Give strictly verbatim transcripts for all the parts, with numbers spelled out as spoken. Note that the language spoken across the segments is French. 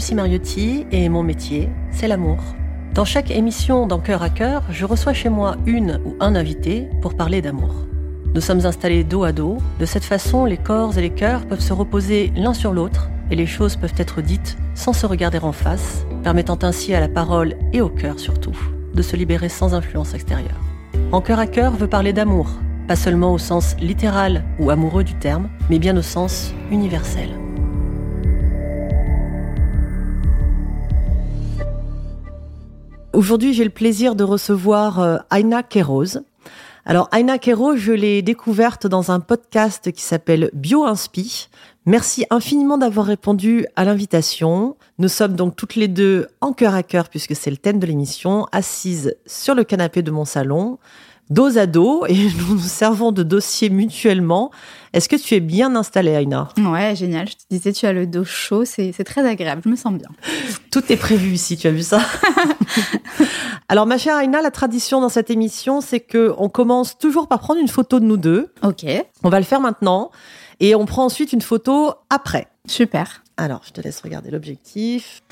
Lucie Mariotti et mon métier, c'est l'amour. Dans chaque émission d'En Cœur à Cœur, je reçois chez moi une ou un invité pour parler d'amour. Nous sommes installés dos à dos. De cette façon, les corps et les cœurs peuvent se reposer l'un sur l'autre et les choses peuvent être dites sans se regarder en face, permettant ainsi à la parole et au cœur surtout de se libérer sans influence extérieure. En Cœur à Cœur veut parler d'amour, pas seulement au sens littéral ou amoureux du terme, mais bien au sens universel. Aujourd'hui, j'ai le plaisir de recevoir euh, Aina Queiroz. Alors, Aina Queiroz, je l'ai découverte dans un podcast qui s'appelle BioInspi. Merci infiniment d'avoir répondu à l'invitation. Nous sommes donc toutes les deux en cœur à cœur, puisque c'est le thème de l'émission, assises sur le canapé de mon salon, dos à dos, et nous nous servons de dossiers mutuellement. Est-ce que tu es bien installée, Aina ? Ouais, génial. Je te disais, tu as le dos chaud, c'est, c'est très agréable, je me sens bien. Tout est prévu ici, tu as vu ça ? Alors, ma chère Aina, la tradition dans cette émission, c'est qu'on commence toujours par prendre une photo de nous deux. Ok. On va le faire maintenant. Et on prend ensuite une photo après. Super. Alors, je te laisse regarder l'objectif.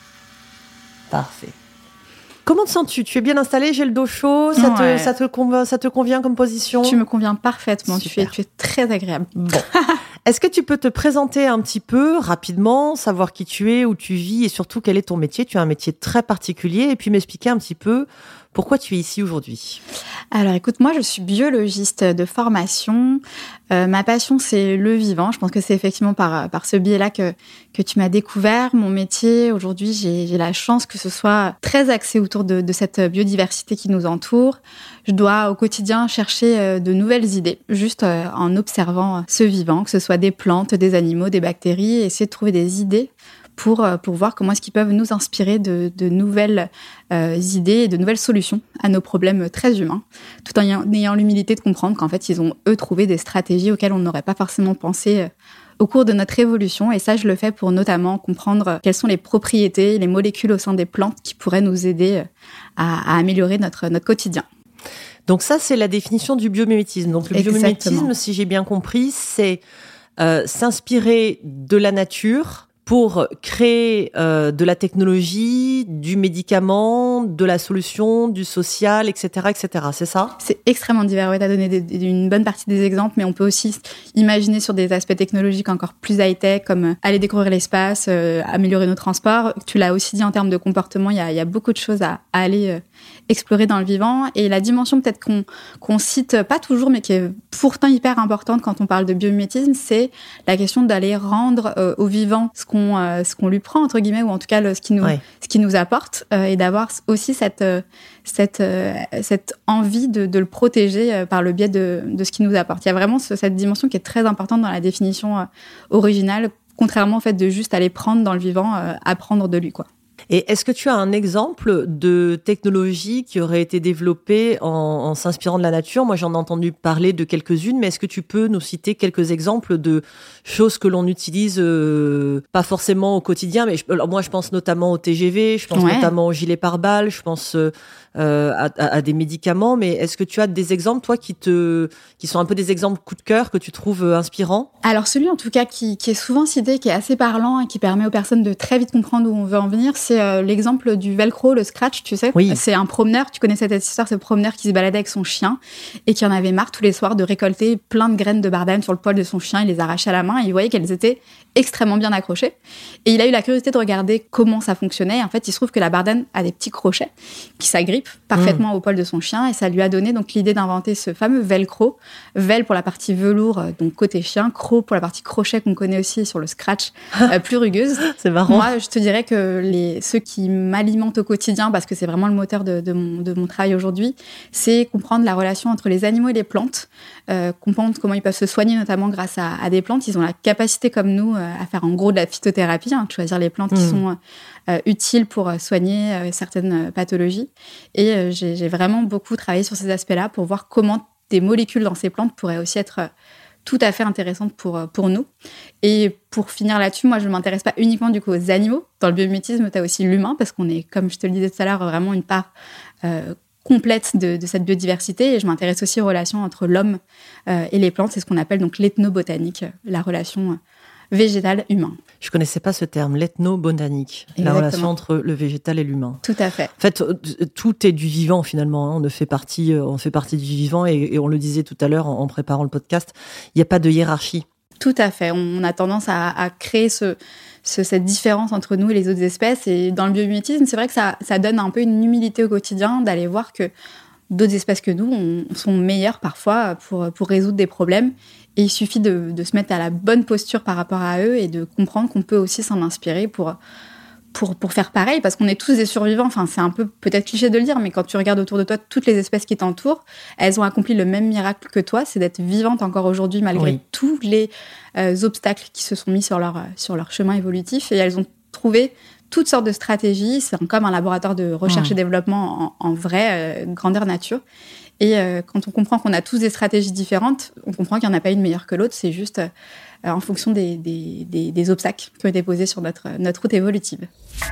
Parfait. Comment te sens-tu ? Tu es bien installée, j'ai le dos chaud, ça, ouais. te, ça, te, conv- ça te convient comme position ? Tu me conviens parfaitement, tu es, Super. tu es très agréable. Bon. Est-ce que tu peux te présenter un petit peu, rapidement, savoir qui tu es, où tu vis et surtout quel est ton métier ? Tu as un métier très particulier et puis m'expliquer un petit peu pourquoi tu es ici aujourd'hui. Alors écoute, moi je suis biologiste de formation. Euh, ma passion c'est le vivant. Je pense que c'est effectivement par, par ce biais-là que, que tu m'as découvert. Mon métier aujourd'hui, j'ai, j'ai la chance que ce soit très axé autour de, de cette biodiversité qui nous entoure. Je dois au quotidien chercher de nouvelles idées, juste en observant ce vivant, que ce soit des plantes, des animaux, des bactéries, et essayer de trouver des idées pour, pour voir comment est-ce qu'ils peuvent nous inspirer de, de nouvelles euh, idées et de nouvelles solutions à nos problèmes très humains, tout en ayant, ayant l'humilité de comprendre qu'en fait, ils ont, eux, trouvé des stratégies auxquelles on n'aurait pas forcément pensé euh, au cours de notre évolution. Et ça, je le fais pour notamment comprendre quelles sont les propriétés, les molécules au sein des plantes qui pourraient nous aider à, à améliorer notre, notre quotidien. Donc ça, c'est la définition du biomimétisme. Donc le Exactement. biomimétisme, si j'ai bien compris, c'est euh, s'inspirer de la nature pour créer euh, de la technologie, du médicament, de la solution, du social, et cetera, et cetera. C'est ça ? C'est extrêmement divers. Ouais, tu as donné des, des, une bonne partie des exemples, mais on peut aussi imaginer sur des aspects technologiques encore plus high-tech, comme aller découvrir l'espace, euh, améliorer nos transports. Tu l'as aussi dit en termes de comportement, il y a, il y a beaucoup de choses à, à aller euh, explorer dans le vivant. Et la dimension peut-être qu'on, qu'on cite pas toujours, mais qui est pourtant hyper importante quand on parle de biomimétisme, c'est la question d'aller rendre euh, au vivant ce qu'on Euh, ce qu'on lui prend entre guillemets, ou en tout cas le, ce qui nous ouais. ce qui nous apporte, euh, et d'avoir aussi cette euh, cette euh, cette envie de, de le protéger euh, par le biais de de ce qui nous apporte. Il y a vraiment ce, cette dimension qui est très importante dans la définition euh, originale, contrairement au fait de juste aller prendre dans le vivant, euh, apprendre de lui, quoi. Et est-ce que tu as un exemple de technologie qui aurait été développée en, en s'inspirant de la nature ? Moi, j'en ai entendu parler de quelques-unes, mais est-ce que tu peux nous citer quelques exemples de choses que l'on utilise, euh, pas forcément au quotidien, mais je, alors moi, je pense notamment au T G V, je pense ouais. notamment au gilet pare-balles, je pense euh, à, à, à des médicaments, mais est-ce que tu as des exemples, toi, qui, te, qui sont un peu des exemples coup de cœur que tu trouves inspirants ? Alors, celui, en tout cas, qui, qui est souvent cité, qui est assez parlant et qui permet aux personnes de très vite comprendre où on veut en venir, c'est euh, l'exemple du velcro, le scratch, tu sais. Oui. C'est un promeneur, tu connais cette histoire, ce promeneur qui se baladait avec son chien et qui en avait marre tous les soirs de récolter plein de graines de bardane sur le poil de son chien. Il les arrachait à la main et il voyait qu'elles étaient extrêmement bien accrochées. Et il a eu la curiosité de regarder comment ça fonctionnait. Et en fait, il se trouve que la bardane a des petits crochets qui s'agrippent parfaitement mmh. au poil de son chien, et ça lui a donné donc l'idée d'inventer ce fameux velcro. Vel pour la partie velours, donc côté chien, cro pour la partie crochet qu'on connaît aussi sur le scratch, euh, plus rugueuse. C'est marrant. Moi, je te dirais que les, ceux qui m'alimentent au quotidien, parce que c'est vraiment le moteur de, de, mon, de mon travail aujourd'hui, c'est comprendre la relation entre les animaux et les plantes, euh, comprendre comment ils peuvent se soigner, notamment grâce à, à des plantes. Ils ont la capacité, comme nous, euh, à faire en gros de la phytothérapie, hein, de choisir les plantes mmh. qui sont euh, utiles pour soigner euh, certaines pathologies. Et euh, j'ai, j'ai vraiment beaucoup travaillé sur ces aspects-là pour voir comment des molécules dans ces plantes pourraient aussi être euh, tout à fait intéressantes pour, pour nous. Et pour finir là-dessus, moi, je ne m'intéresse pas uniquement du coup aux animaux. Dans le biomimétisme, tu as aussi l'humain, parce qu'on est, comme je te le disais tout à l'heure, vraiment une part euh, complète de, de cette biodiversité. Et je m'intéresse aussi aux relations entre l'homme euh, et les plantes. C'est ce qu'on appelle donc l'ethnobotanique, la relation végétal-humain. Je ne connaissais pas ce terme, l'ethno-botanique, la relation entre le végétal et l'humain. Tout à fait. En fait, tout est du vivant finalement. On fait partie, on fait partie du vivant et, et on le disait tout à l'heure en, en préparant le podcast, il n'y a pas de hiérarchie. Tout à fait. On a tendance à, à créer ce, ce, cette différence entre nous et les autres espèces. Et dans le biomimétisme, c'est vrai que ça, ça donne un peu une humilité au quotidien d'aller voir que d'autres espèces que nous on, sont meilleures parfois pour, pour résoudre des problèmes. Et il suffit de, de se mettre à la bonne posture par rapport à eux et de comprendre qu'on peut aussi s'en inspirer pour, pour, pour faire pareil, parce qu'on est tous des survivants. Enfin, c'est un peu peut-être cliché de le dire, mais quand tu regardes autour de toi toutes les espèces qui t'entourent, elles ont accompli le même miracle que toi, c'est d'être vivantes encore aujourd'hui malgré oui. tous les euh, obstacles qui se sont mis sur leur, sur leur chemin évolutif. Et elles ont trouvé toutes sortes de stratégies. C'est comme un laboratoire de recherche mmh. et développement en, en vraie euh, grandeur nature. Et euh, quand on comprend qu'on a tous des stratégies différentes, on comprend qu'il n'y en a pas une meilleure que l'autre. C'est juste euh, en fonction des, des, des, des obstacles qui ont été posés sur notre, notre route évolutive.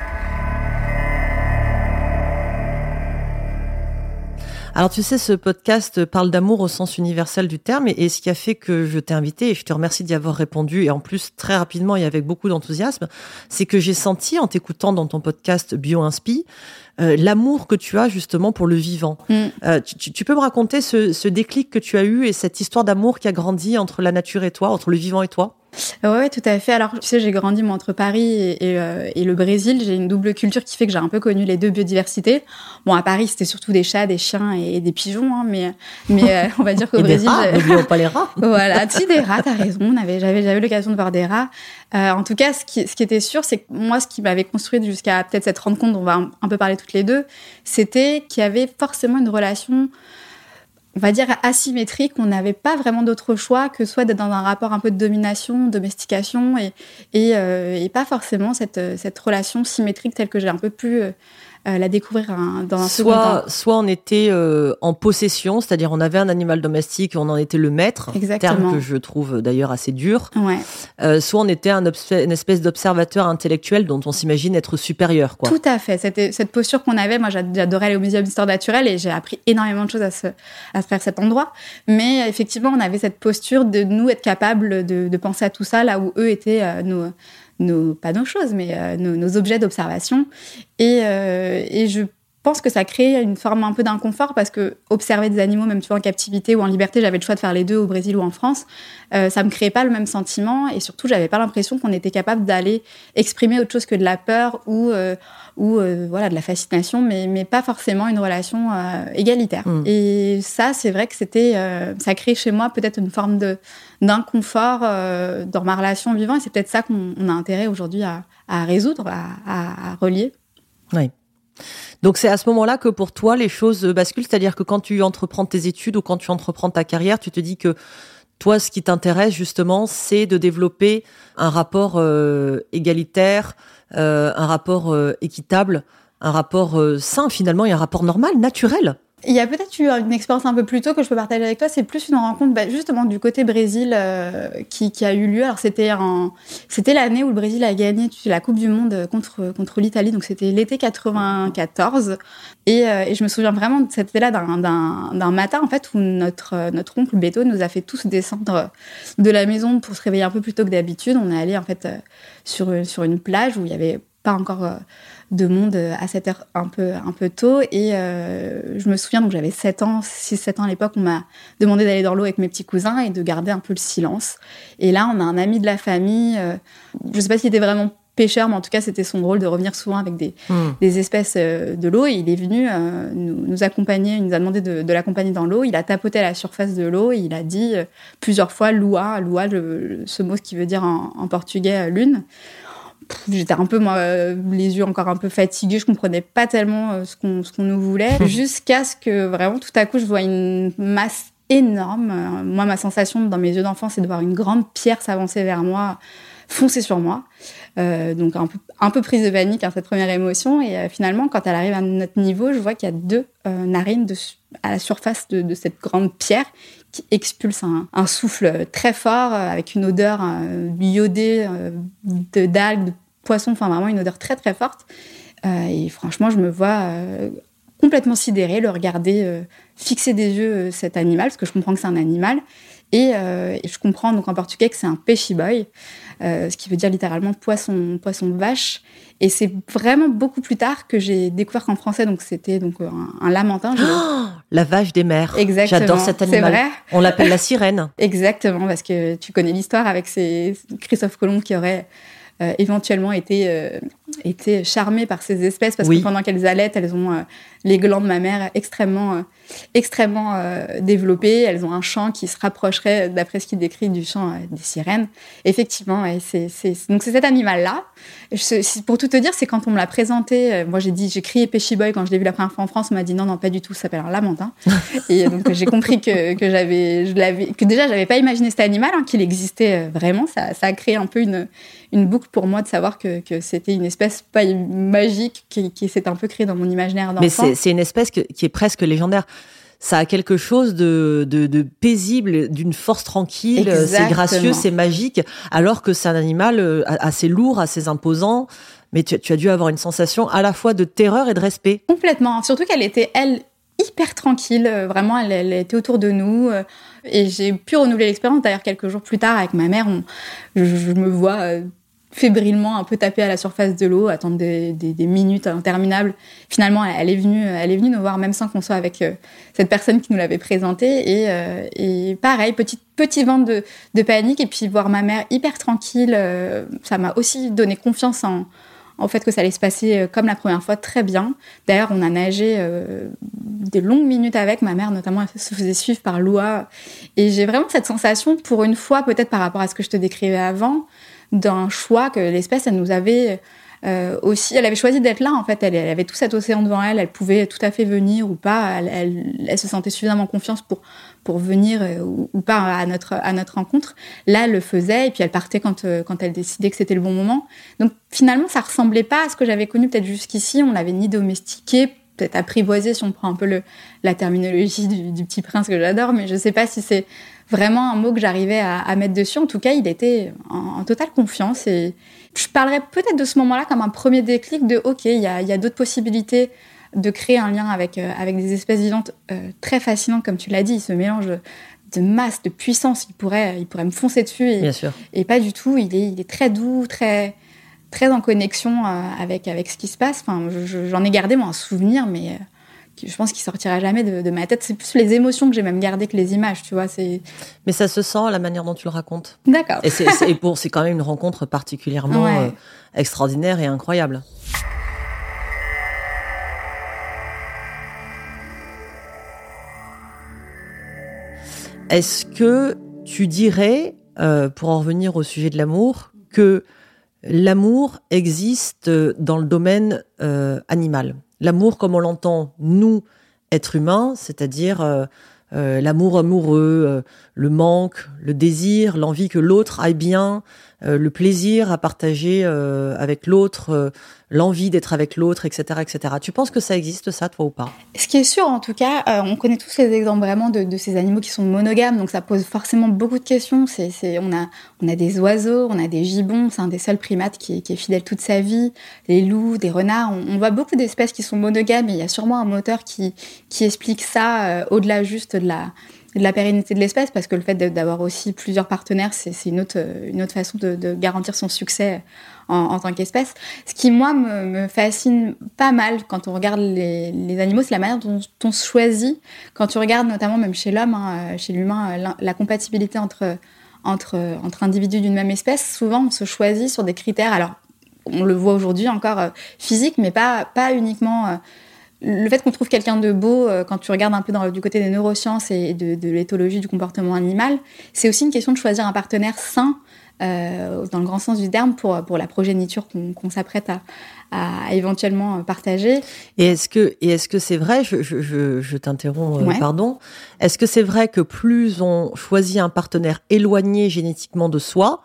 Alors tu sais, ce podcast parle d'amour au sens universel du terme et, et ce qui a fait que je t'ai invité, et je te remercie d'y avoir répondu, et en plus très rapidement et avec beaucoup d'enthousiasme, c'est que j'ai senti en t'écoutant dans ton podcast Bio-Inspi, euh, l'amour que tu as justement pour le vivant. Mm. Euh, tu, tu peux me raconter ce, ce déclic que tu as eu et cette histoire d'amour qui a grandi entre la nature et toi, entre le vivant et toi ? Oui, ouais, tout à fait. Alors, tu sais, j'ai grandi moi entre Paris et, et, euh, et le Brésil. J'ai une double culture qui fait que j'ai un peu connu les deux biodiversités. Bon, à Paris, c'était surtout des chats, des chiens et, et des pigeons, hein, mais, mais euh, on va dire qu'au et Brésil... des rats, n'oublions pas les rats. Voilà, si, des rats, t'as raison. On avait, j'avais, j'avais eu l'occasion de voir des rats. Euh, en tout cas, ce qui, ce qui était sûr, c'est que moi, ce qui m'avait construite jusqu'à peut-être cette rencontre dont on va un, un peu parler toutes les deux, c'était qu'il y avait forcément une relation... on va dire asymétrique, on n'avait pas vraiment d'autre choix que soit d'être dans un rapport un peu de domination, domestication, et, et, euh, et pas forcément cette, cette relation symétrique telle que j'ai un peu pu euh, la découvrir un, dans un second temps. Soit on était euh, en possession, c'est-à-dire on avait un animal domestique et on en était le maître, Exactement. Terme que je trouve d'ailleurs assez dur. Ouais. Euh, soit on était un obs- une espèce d'observateur intellectuel dont on s'imagine être supérieur, quoi. Tout à fait. Cette, cette posture qu'on avait, moi j'adorais aller au Muséum d'histoire naturelle et j'ai appris énormément de choses à, ce, à travers cet endroit. Mais effectivement, on avait cette posture de nous être capables de, de penser à tout ça, là où eux étaient euh, nos... Nos, pas nos choses, mais euh, nos, nos objets d'observation. Et, euh, et je pense que ça crée une forme un peu d'inconfort parce que observer des animaux, même tu vois, en captivité ou en liberté, j'avais le choix de faire les deux au Brésil ou en France, euh, ça me créait pas le même sentiment et surtout, j'avais pas l'impression qu'on était capable d'aller exprimer autre chose que de la peur ou, euh, ou euh, voilà, de la fascination, mais, mais pas forcément une relation euh, égalitaire. Mmh. Et ça, c'est vrai que c'était, euh, ça crée chez moi peut-être une forme de d'inconfort euh, dans ma relation vivant et c'est peut-être ça qu'on on a intérêt aujourd'hui à, à résoudre, à, à, à relier. Oui. Donc c'est à ce moment-là que pour toi les choses basculent, c'est-à-dire que quand tu entreprends tes études ou quand tu entreprends ta carrière, tu te dis que toi, ce qui t'intéresse justement, c'est de développer un rapport euh, égalitaire, euh, un rapport euh, équitable, un rapport euh, sain finalement et un rapport normal, naturel. Il y a peut-être eu une expérience un peu plus tôt que je peux partager avec toi. C'est plus une rencontre bah, justement du côté Brésil euh, qui, qui a eu lieu. Alors c'était, un, c'était l'année où le Brésil a gagné tu sais, la Coupe du Monde contre, contre l'Italie. Donc c'était l'été quatre-vingt-quatorze. Et, euh, et je me souviens vraiment de cette là d'un, d'un, d'un matin en fait, où notre, notre oncle Beto nous a fait tous descendre de la maison pour se réveiller un peu plus tôt que d'habitude. On est allé en fait sur, sur une plage où il y avait pas encore... Euh, de monde à cette heure un peu, un peu tôt. Et euh, je me souviens, donc j'avais sept ans, six sept ans à l'époque, on m'a demandé d'aller dans l'eau avec mes petits cousins et de garder un peu le silence. Et là, on a un ami de la famille, euh, je ne sais pas s'il était vraiment pêcheur, mais en tout cas, c'était son rôle de revenir souvent avec des, mmh. des espèces de l'eau. Et il est venu euh, nous, nous accompagner, il nous a demandé de, de l'accompagner dans l'eau. Il a tapoté à la surface de l'eau et il a dit euh, plusieurs fois « lua », lua, le, ce mot qui veut dire en, en portugais euh, « lune ». J'étais un peu, moi, euh, les yeux encore un peu fatigués, je comprenais pas tellement euh, ce qu'on, ce qu'on nous voulait, jusqu'à ce que vraiment, tout à coup, je vois une masse énorme. Euh, moi, ma sensation dans mes yeux d'enfant, c'est de voir une grande pierre s'avancer vers moi, foncer sur moi. Euh, donc, un peu, un peu prise de panique, hein, cette première émotion. Et euh, finalement, quand elle arrive à notre niveau, je vois qu'il y a deux euh, narines de, à la surface de, de cette grande pierre qui expulse un, un souffle très fort, euh, avec une odeur euh, iodée euh, de, d'algues, de poissons, enfin vraiment une odeur très très forte. Euh, et franchement, je me vois euh, complètement sidérée, le regarder, euh, fixer des yeux euh, cet animal, parce que je comprends que c'est un animal. Et, euh, et je comprends donc en portugais que c'est un peixe-boi, euh, ce qui veut dire littéralement poisson, poisson vache. Et c'est vraiment beaucoup plus tard que j'ai découvert qu'en français, donc c'était donc un, un lamentin. Oh, la vache des mers. Exactement. J'adore cet animal. C'est vrai. On l'appelle la sirène. Exactement, parce que tu connais l'histoire avec ces Christophe Colomb qui aurait euh, éventuellement été, euh, été charmé par ces espèces, parce oui. que pendant qu'elles allaitent, elles ont euh, les glandes mammaires extrêmement, euh, extrêmement euh, développées. Elles ont un chant qui se rapprocherait, d'après ce qu'il décrit, du chant euh, des sirènes. Effectivement, ouais, c'est, c'est, donc c'est cet animal-là. Je, pour tout te dire, c'est quand on me l'a présenté, euh, moi j'ai dit, j'ai crié peixe-boi quand je l'ai vu la première fois en France, on m'a dit non, non, pas du tout, ça s'appelle un lamentin. Et donc j'ai compris que, que, j'avais, je l'avais, que déjà, j'avais pas imaginé cet animal, hein, qu'il existait vraiment. Ça, ça a créé un peu une, une boucle pour moi de savoir que, que c'était une espèce pas magique qui, qui s'est un peu créée dans mon imaginaire d'enfant. Mais c'est, c'est une espèce que, qui est presque légendaire. Ça a quelque chose de, de, de paisible, d'une force tranquille. Exactement. C'est gracieux, c'est magique, alors que c'est un animal assez lourd, assez imposant. Mais tu, tu as dû avoir une sensation à la fois de terreur et de respect. Complètement. Surtout qu'elle était, elle, hyper tranquille. Vraiment, elle, elle était autour de nous. Et j'ai pu renouveler l'expérience. D'ailleurs, quelques jours plus tard, avec ma mère, on, je, je me vois fébrilement un peu taper à la surface de l'eau, attendre des, des, des minutes interminables. Finalement, elle est venue, elle est venue nous voir, même sans qu'on soit avec euh, cette personne qui nous l'avait présentée. Et, euh, et pareil, petit, petit vent de, de panique. Et puis voir ma mère hyper tranquille, euh, ça m'a aussi donné confiance en, en fait que ça allait se passer comme la première fois, très bien. D'ailleurs, on a nagé euh, des longues minutes avec. Ma mère, notamment, elle se faisait suivre par Loa. Et j'ai vraiment cette sensation, pour une fois, peut-être par rapport à ce que je te décrivais avant, d'un choix que l'espèce, elle nous avait euh, aussi... Elle avait choisi d'être là, en fait. Elle, elle avait tout cet océan devant elle. Elle pouvait tout à fait venir ou pas. Elle, elle, elle se sentait suffisamment confiance pour, pour venir euh, ou, ou pas à notre, à notre rencontre. Là, elle le faisait et puis elle partait quand, euh, quand elle décidait que c'était le bon moment. Donc, finalement, ça ressemblait pas à ce que j'avais connu peut-être jusqu'ici. On l'avait ni domestiqué, peut-être apprivoisé, si on prend un peu le, la terminologie du, du Petit Prince que j'adore, mais je sais pas si c'est vraiment un mot que j'arrivais à, à mettre dessus. En tout cas, il était en, en totale confiance. Et je parlerais peut-être de ce moment-là comme un premier déclic de « Ok, il y a, y a d'autres possibilités de créer un lien avec, euh, avec des espèces vivantes euh, très fascinantes, comme tu l'as dit. » Ce mélange de masse, de puissance, il pourrait, il pourrait me foncer dessus. Et, Bien sûr. Et pas du tout. Il est, il est très doux, très, très en connexion euh, avec, avec ce qui se passe. Enfin, je, j'en ai gardé, moi, un souvenir, mais... Euh, je pense qu'il sortira jamais de, de ma tête. C'est plus les émotions que j'ai même gardées que les images, tu vois. C'est... Mais ça se sent, la manière dont tu le racontes. D'accord. Et c'est, c'est, et pour, c'est quand même une rencontre particulièrement ouais. euh, extraordinaire et incroyable. Est-ce que tu dirais, euh, pour en revenir au sujet de l'amour, que l'amour existe dans le domaine euh, animal ? L'amour comme on l'entend, nous, êtres humains, c'est-à-dire euh, euh, l'amour amoureux, euh, le manque, le désir, l'envie que l'autre aille bien, euh, le plaisir à partager euh, avec l'autre, euh, l'envie d'être avec l'autre, et cetera, et cetera. Tu penses que ça existe, ça, toi, ou pas ? Ce qui est sûr, en tout cas, euh, on connaît tous les exemples vraiment de, de ces animaux qui sont monogames, donc ça pose forcément beaucoup de questions. C'est, c'est, on, a, on a des oiseaux, on a des gibbons, c'est un des seuls primates qui est, qui est fidèle toute sa vie, des loups, des renards. On, on voit beaucoup d'espèces qui sont monogames, et il y a sûrement un moteur qui, qui explique ça euh, au-delà juste de la... de la pérennité de l'espèce, parce que le fait d'avoir aussi plusieurs partenaires, c'est, c'est une, autre, une autre façon de, de garantir son succès en, en tant qu'espèce. Ce qui, moi, me, me fascine pas mal quand on regarde les, les animaux, c'est la manière dont on se choisit. Quand tu regardes, notamment même chez l'homme, hein, chez l'humain, la, la compatibilité entre, entre, entre individus d'une même espèce, souvent on se choisit sur des critères, alors on le voit aujourd'hui encore euh, physique, mais pas, pas uniquement... Euh, Le fait qu'on trouve quelqu'un de beau, euh, quand tu regardes un peu dans, du côté des neurosciences et de, de l'éthologie du comportement animal, c'est aussi une question de choisir un partenaire sain, euh, dans le grand sens du terme, pour, pour la progéniture qu'on, qu'on s'apprête à, à éventuellement partager. Et est-ce que, et est-ce que c'est vrai, je, je, je, je t'interromps, euh, ouais. pardon, est-ce que c'est vrai que plus on choisit un partenaire éloigné génétiquement de soi,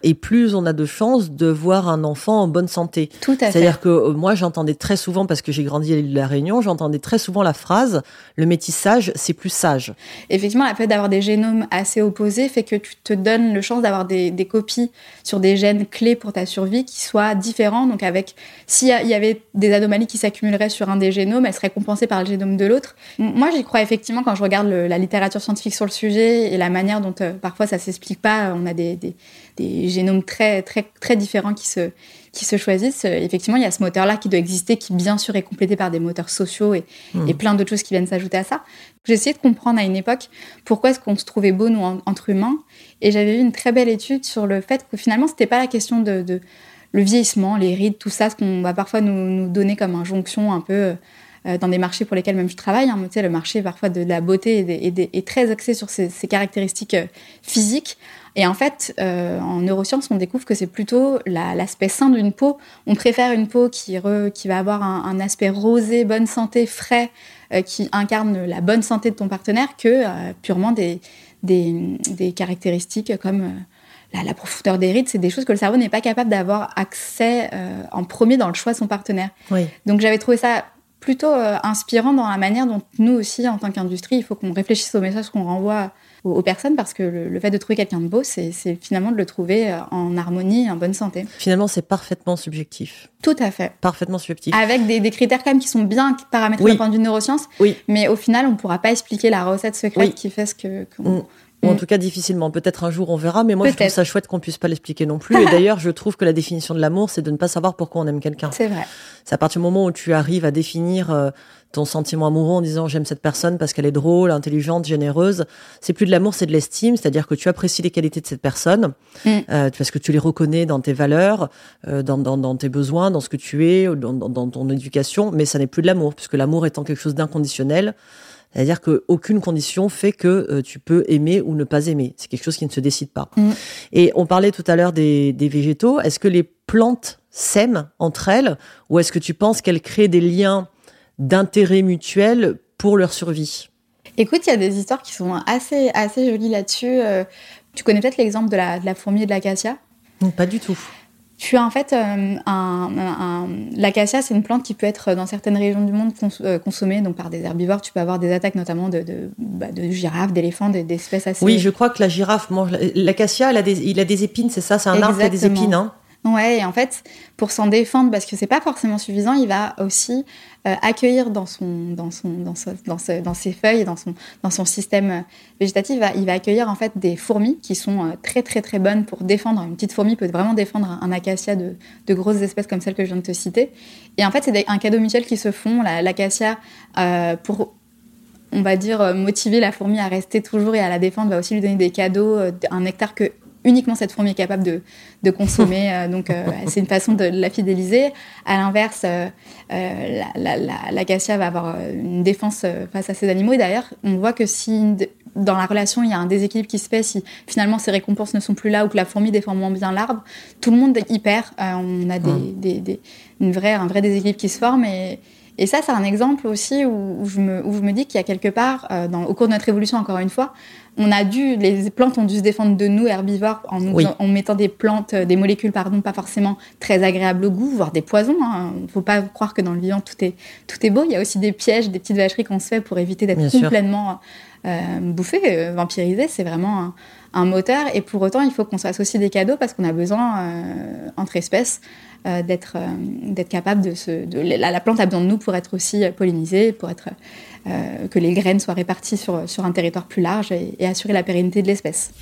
et plus on a de chances de voir un enfant en bonne santé. Tout à fait. C'est-à-dire que euh, moi, j'entendais très souvent, parce que j'ai grandi à l'île de la Réunion, j'entendais très souvent la phrase « le métissage, c'est plus sage ». Effectivement, le fait d'avoir des génomes assez opposés fait que tu te donnes le chance d'avoir des, des copies sur des gènes clés pour ta survie qui soient différents. Donc, avec, s'il y avait des anomalies qui s'accumuleraient sur un des génomes, elles seraient compensées par le génome de l'autre. Moi, j'y crois effectivement quand je regarde le, la littérature scientifique sur le sujet et la manière dont euh, parfois ça s'explique pas. On a des, des, des génomes très, très, très différents qui se, qui se choisissent. Effectivement, il y a ce moteur-là qui doit exister, qui bien sûr est complété par des moteurs sociaux et, mmh. et plein d'autres choses qui viennent s'ajouter à ça. J'ai essayé de comprendre à une époque pourquoi est-ce qu'on se trouvait beau, nous, en, entre humains. Et j'avais vu une très belle étude sur le fait que finalement, c'était pas la question de, de le vieillissement, les rides, tout ça, ce qu'on va parfois nous, nous donner comme injonction un peu euh, dans des marchés pour lesquels même je travaille. Hein, tu sais, le marché parfois de, de la beauté est, est, est, est très axé sur ces, ces caractéristiques euh, physiques. Et en fait, euh, en neurosciences, on découvre que c'est plutôt la, l'aspect sain d'une peau. On préfère une peau qui, re, qui va avoir un, un aspect rosé, bonne santé, frais, euh, qui incarne la bonne santé de ton partenaire, que euh, purement des, des, des caractéristiques comme... Euh, La, la profondeur des rides, c'est des choses que le cerveau n'est pas capable d'avoir accès euh, en premier dans le choix de son partenaire. Oui. Donc j'avais trouvé ça plutôt euh, inspirant dans la manière dont nous aussi, en tant qu'industrie, il faut qu'on réfléchisse au message qu'on renvoie aux, aux personnes, parce que le, le fait de trouver quelqu'un de beau, c'est, c'est finalement de le trouver en harmonie, en bonne santé. Finalement, c'est parfaitement subjectif. Tout à fait. Parfaitement subjectif. Avec des, des critères quand même qui sont bien paramétrés oui. d'un point de vue de neurosciences, oui. mais au final, on ne pourra pas expliquer la recette secrète oui. qui fait ce que... qu'on... Mm. Ou en tout cas, difficilement. Peut-être un jour, on verra. Mais moi, Peut-être. je trouve ça chouette qu'on puisse pas l'expliquer non plus. Et d'ailleurs, je trouve que la définition de l'amour, c'est de ne pas savoir pourquoi on aime quelqu'un. C'est vrai. C'est à partir du moment où tu arrives à définir euh, ton sentiment amoureux en disant « j'aime cette personne parce qu'elle est drôle, intelligente, généreuse ». C'est plus de l'amour, c'est de l'estime. C'est-à-dire que tu apprécies les qualités de cette personne mm. euh, parce que tu les reconnais dans tes valeurs, euh, dans, dans, dans tes besoins, dans ce que tu es, dans, dans, dans ton éducation. Mais ça n'est plus de l'amour, puisque l'amour étant quelque chose d'inconditionnel, c'est-à-dire qu'aucune condition fait que euh, tu peux aimer ou ne pas aimer. C'est quelque chose qui ne se décide pas. Mmh. Et on parlait tout à l'heure des, des végétaux. Est-ce que les plantes s'aiment entre elles, ou est-ce que tu penses qu'elles créent des liens d'intérêt mutuel pour leur survie ? Écoute, il y a des histoires qui sont assez, assez jolies là-dessus. Euh, tu connais peut-être l'exemple de la, de la fourmi et de l'acacia ? Non, pas du tout. Tu as en fait euh, un, un, un... l'acacia, c'est une plante qui peut être dans certaines régions du monde cons... euh, consommée donc par des herbivores. Tu peux avoir des attaques notamment de, de, bah, de girafes, d'éléphants, d'espèces assez... Oui, je crois que la girafe mange... L'acacia, elle a des... il a des épines, c'est ça ? C'est un Exactement. Arbre qui a des épines, hein ? Ouais, et en fait, pour s'en défendre, parce que c'est pas forcément suffisant, il va aussi euh, accueillir dans son, dans son, dans ce, dans ce, dans ses feuilles, dans son, dans son système végétatif, il va, il va accueillir en fait des fourmis qui sont euh, très très très bonnes pour défendre. Une petite fourmi peut vraiment défendre un, un acacia de, de grosses espèces comme celle que je viens de te citer. Et en fait, c'est des, un cadeau mutuel qui se font. La, l'acacia euh, pour on va dire motiver la fourmi à rester toujours et à la défendre, va aussi lui donner des cadeaux, euh, un nectar que uniquement cette fourmi est capable de, de consommer, euh, donc euh, c'est une façon de la fidéliser. À l'inverse, euh, euh, la, la, la, l'acacia va avoir une défense face à ces animaux. Et d'ailleurs, on voit que si dans la relation il y a un déséquilibre qui se fait, si finalement ces récompenses ne sont plus là ou que la fourmi défend moins bien l'arbre, tout le monde y perd. Euh, on a des, mmh. des, des, une vraie, un vrai déséquilibre qui se forme. Et, et ça, c'est un exemple aussi où, où, je, me, où je me dis qu'il y a quelque part, euh, dans, au cours de notre évolution, encore une fois, on a dû, les plantes ont dû se défendre de nous, herbivores, en, nous, oui. en, en mettant des plantes, des molécules, pardon, pas forcément très agréables au goût, voire des poisons. Il hein. ne faut pas croire que dans le vivant, tout est, tout est beau. Il y a aussi des pièges, des petites vacheries qu'on se fait pour éviter d'être Bien complètement euh, bouffé, euh, vampirisé. C'est vraiment un, un moteur. Et pour autant, il faut qu'on se fasse aussi des cadeaux parce qu'on a besoin, euh, entre espèces, euh, d'être, euh, d'être capable de se... De, la, la plante a besoin de nous pour être aussi pollinisée, pour être... Euh, que les graines soient réparties sur, sur un territoire plus large et, et assurer la pérennité de l'espèce.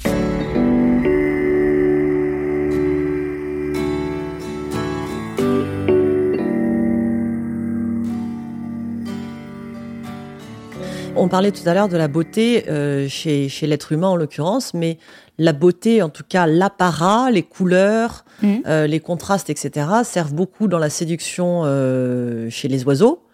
On parlait tout à l'heure de la beauté euh, chez, chez l'être humain en l'occurrence, mais la beauté, en tout cas l'apparat, les couleurs, mmh. euh, les contrastes, et cetera, servent beaucoup dans la séduction euh, chez les oiseaux. Mmh.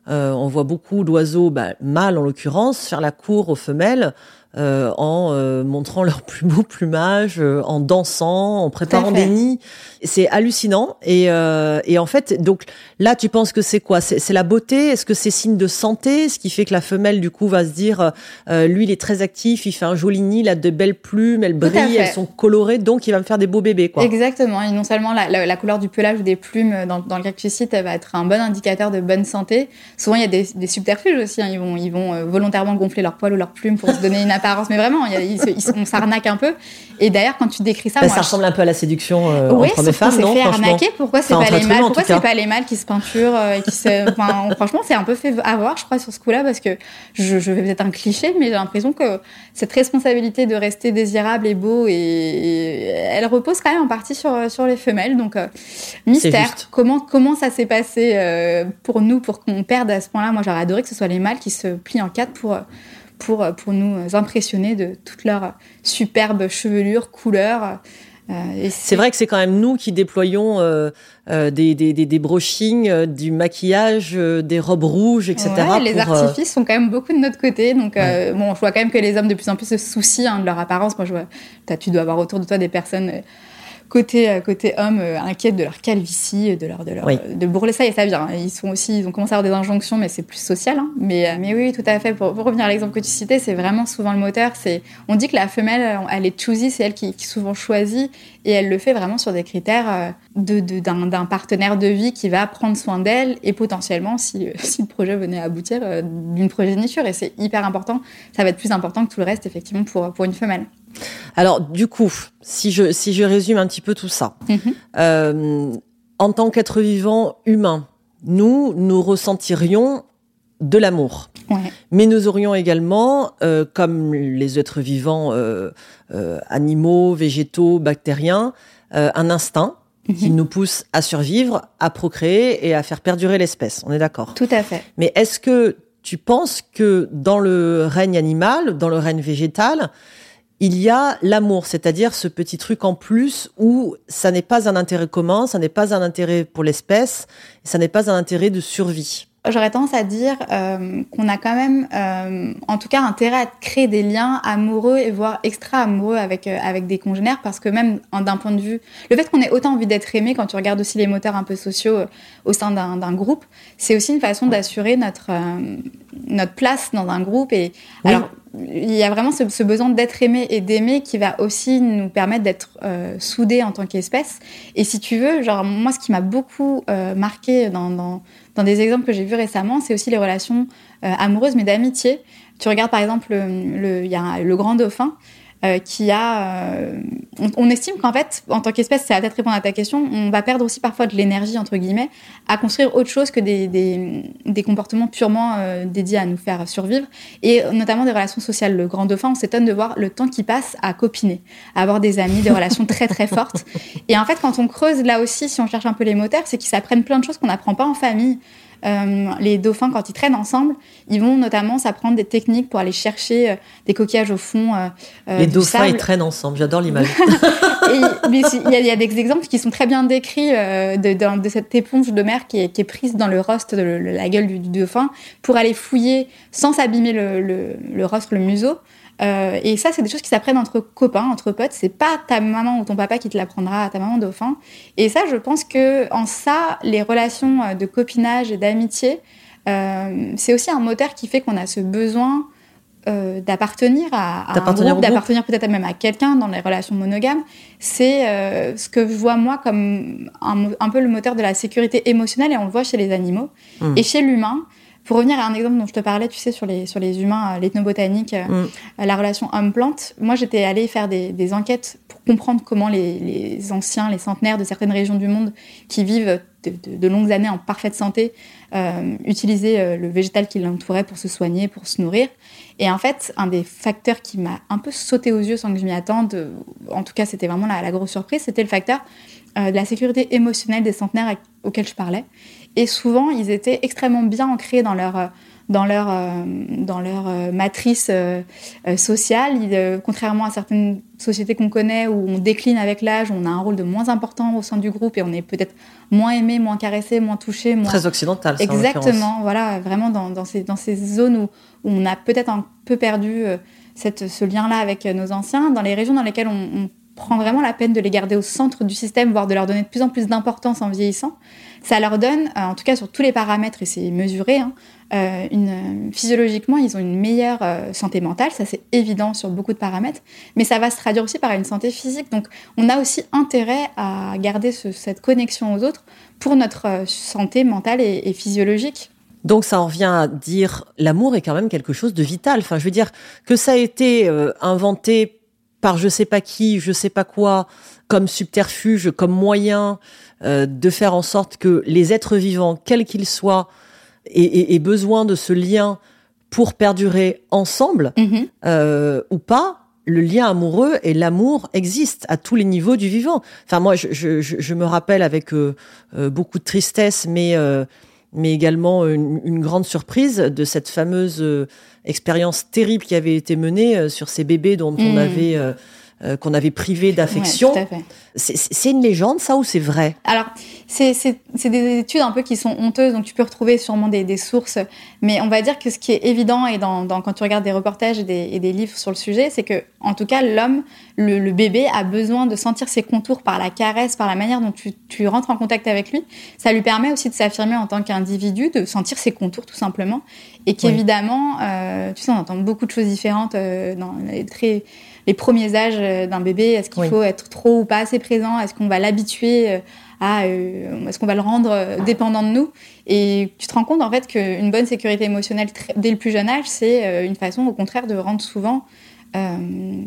euh, on voit beaucoup d'oiseaux, bah, mâles en l'occurrence, faire la cour aux femelles euh, en euh, montrant leur plus beau plumage, euh, en dansant, en préparant des nids. C'est hallucinant. Et, euh, et en fait, donc là, tu penses que c'est quoi ? c'est, c'est la beauté ? Est-ce que c'est signe de santé ? Ce qui fait que la femelle, du coup, va se dire, euh, lui, il est très actif, il fait un joli nid, il a de belles plumes, elles brillent, elles sont colorées, donc il va me faire des beaux bébés, quoi. Exactement. Et non seulement la, la, la couleur du pelage ou des plumes dans, dans le cas que tu cites, elle va être un bon indicateur de bonne santé. Souvent, il y a des, des subterfuges aussi. Hein. Ils vont, ils vont euh, volontairement gonfler leurs poils ou leurs plumes pour se donner une apparence. Mais vraiment, il y a, ils, ils, on s'arnaque un peu. Et d'ailleurs, quand tu décris ça, ben, moi, ça je... ressemble un peu à la séduction euh, oui, entre hommes et femmes, non, non, fait arnaquer. Pourquoi c'est enfin, pas les mâles Pourquoi c'est cas. pas les mâles qui se peinturent euh, et qui se... Enfin, franchement, c'est un peu fait avoir, je crois, sur ce coup-là, parce que je, je vais peut-être un cliché, mais j'ai l'impression que cette responsabilité de rester désirable et beau, et, et elle repose quand même en partie sur sur les femelles. Donc euh, mystère. Comment comment ça s'est passé euh, pour nous pour qu'on perde à ce point-là ? Moi, j'aurais adoré que ce soit les mâles qui se plient en quatre pour pour pour nous impressionner de toute leur superbe chevelure, couleur. Euh, et c'est... c'est vrai que c'est quand même nous qui déployons euh, euh, des, des, des, des brochings, euh, du maquillage, euh, des robes rouges, et cetera. Ouais, les pour, artifices euh... sont quand même beaucoup de notre côté. Donc, euh, ouais. bon, je vois quand même que les hommes de plus en plus se soucient hein, de leur apparence. Moi, je vois, tu dois avoir autour de toi des personnes euh, côté côté hommes euh, inquiètes de leur calvitie, de leur de leur oui. de bourreler ça et ça vient. Ils sont aussi, ils ont commencé à avoir des injonctions, mais c'est plus social. Hein. Mais euh, mais oui, tout à fait. Pour, pour revenir à l'exemple que tu citais, c'est vraiment souvent le moteur. C'est, on dit que la femelle, elle est choosy, c'est elle qui, qui souvent choisit et elle le fait vraiment sur des critères euh, de, de d'un, d'un partenaire de vie qui va prendre soin d'elle et potentiellement, si si le projet venait à aboutir, euh, d'une progéniture. Et c'est hyper important. Ça va être plus important que tout le reste, effectivement, pour pour une femelle. Alors, du coup, si je, si je résume un petit peu tout ça, mmh. euh, en tant qu'être vivant humain, nous, nous ressentirions de l'amour. Ouais. Mais nous aurions également, euh, comme les êtres vivants, euh, euh, animaux, végétaux, bactériens, euh, un instinct mmh. qui nous pousse à survivre, à procréer et à faire perdurer l'espèce. On est d'accord ? Tout à fait. Mais est-ce que tu penses que dans le règne animal, dans le règne végétal, il y a l'amour, c'est-à-dire ce petit truc en plus où ça n'est pas un intérêt commun, ça n'est pas un intérêt pour l'espèce, ça n'est pas un intérêt de survie. J'aurais tendance à dire euh, qu'on a quand même, euh, en tout cas, intérêt à créer des liens amoureux et voire extra-amoureux avec, euh, avec des congénères, parce que même d'un point de vue... Le fait qu'on ait autant envie d'être aimé, quand tu regardes aussi les moteurs un peu sociaux euh, au sein d'un, d'un groupe, c'est aussi une façon d'assurer notre, euh, notre place dans un groupe. Et oui. Alors, il y a vraiment ce, ce besoin d'être aimé et d'aimer qui va aussi nous permettre d'être euh, soudés en tant qu'espèce. Et si tu veux, genre, moi, ce qui m'a beaucoup euh, marqué dans... dans Dans des exemples que j'ai vus récemment, c'est aussi les relations euh, amoureuses, mais d'amitié. Tu regardes par exemple, il le, y a le grand dauphin euh, qui a... Euh, on, on estime qu'en fait, en tant qu'espèce, ça va peut-être répondre à ta question, on va perdre aussi parfois de l'énergie, entre guillemets, à construire autre chose que des, des, des comportements purement euh, dédiés à nous faire survivre, et notamment des relations sociales. Le grand dauphin, on s'étonne de voir le temps qu'il passe à copiner, à avoir des amis, des relations très très fortes. Et en fait, quand on creuse là aussi, si on cherche un peu les moteurs, c'est qu'ils s'apprennent plein de choses qu'on n'apprend pas en famille. Euh, les dauphins, quand ils traînent ensemble, ils vont notamment s'apprendre des techniques pour aller chercher euh, des coquillages au fond euh, Les dauphins, sable. Ils traînent ensemble, j'adore l'image. Il y, y a des exemples qui sont très bien décrits euh, de, de, de cette éponge de mer qui est, qui est prise dans le rostre de le, la gueule du, du dauphin pour aller fouiller sans s'abîmer le, le, le rostre, le museau. Euh, et ça, c'est des choses qui s'apprennent entre copains, entre potes. C'est pas ta maman ou ton papa qui te l'apprendra à ta maman dauphin. Et ça, je pense que en ça, les relations de copinage et d'amitié, euh, c'est aussi un moteur qui fait qu'on a ce besoin euh, d'appartenir à, à d'appartenir un groupe, d'appartenir peut-être même à quelqu'un dans les relations monogames. C'est euh, ce que je vois moi comme un, un peu le moteur de la sécurité émotionnelle, et on le voit chez les animaux mmh. et chez l'humain. Pour revenir à un exemple dont je te parlais, tu sais, sur les, sur les humains, l'ethnobotanique, mm. la relation homme-plante, moi, j'étais allée faire des, des enquêtes pour comprendre comment les, les anciens, les centenaires de certaines régions du monde qui vivent de, de, de longues années en parfaite santé euh, utilisaient euh, le végétal qui l'entourait pour se soigner, pour se nourrir. Et en fait, un des facteurs qui m'a un peu sauté aux yeux sans que je m'y attende, en tout cas, c'était vraiment la, la grosse surprise, c'était le facteur euh, de la sécurité émotionnelle des centenaires auxquels je parlais. Et souvent, ils étaient extrêmement bien ancrés dans leur, dans leur, euh, dans leur euh, matrice euh, euh, sociale. Ils, euh, contrairement à certaines sociétés qu'on connaît où on décline avec l'âge, on a un rôle de moins important au sein du groupe et on est peut-être moins aimé, moins caressé, moins touché. Moins... Très occidental, ça, exactement, voilà, vraiment dans, dans, ces, dans ces zones où, où on a peut-être un peu perdu euh, cette, ce lien-là avec euh, nos anciens. Dans les régions dans lesquelles on, on prend vraiment la peine de les garder au centre du système, voire de leur donner de plus en plus d'importance en vieillissant, ça leur donne, euh, en tout cas sur tous les paramètres, et c'est mesuré, hein, euh, une, euh, physiologiquement, ils ont une meilleure euh, santé mentale, ça c'est évident sur beaucoup de paramètres, mais ça va se traduire aussi par une santé physique. Donc on a aussi intérêt à garder ce, cette connexion aux autres pour notre euh, santé mentale et, et physiologique. Donc ça en revient à dire l'amour est quand même quelque chose de vital. Enfin, je veux dire que ça a été euh, inventé par je sais pas qui, je sais pas quoi, comme subterfuge, comme moyen euh, de faire en sorte que les êtres vivants, quels qu'ils soient, aient, aient, aient besoin de ce lien pour perdurer ensemble, mm-hmm. euh, ou pas. Le lien amoureux et l'amour existent à tous les niveaux du vivant. Enfin, moi, je, je, je me rappelle avec euh, euh, beaucoup de tristesse, mais euh, mais également une, une grande surprise de cette fameuse euh, expérience terrible qui avait été menée euh, sur ces bébés dont mmh. on avait euh, euh, qu'on avait privé d'affection. Ouais, tout à fait. C'est, c'est une légende, ça, ou c'est vrai ? Alors, c'est, c'est, c'est des études un peu qui sont honteuses, donc tu peux retrouver sûrement des, des sources, mais on va dire que ce qui est évident, et dans, dans, quand tu regardes des reportages et des, et des livres sur le sujet, c'est que, en tout cas, l'homme, le, le bébé, a besoin de sentir ses contours par la caresse, par la manière dont tu, tu rentres en contact avec lui. Ça lui permet aussi de s'affirmer en tant qu'individu, de sentir ses contours, tout simplement, et qu'évidemment, oui. euh, tu sais, on entend beaucoup de choses différentes euh, dans les très... les premiers âges d'un bébé, est-ce qu'il oui. faut être trop ou pas assez présent ? Est-ce qu'on va l'habituer à... Euh, est-ce qu'on va le rendre dépendant de nous ? Et tu te rends compte, en fait, qu'une bonne sécurité émotionnelle très, dès le plus jeune âge, c'est une façon, au contraire, de rendre souvent euh,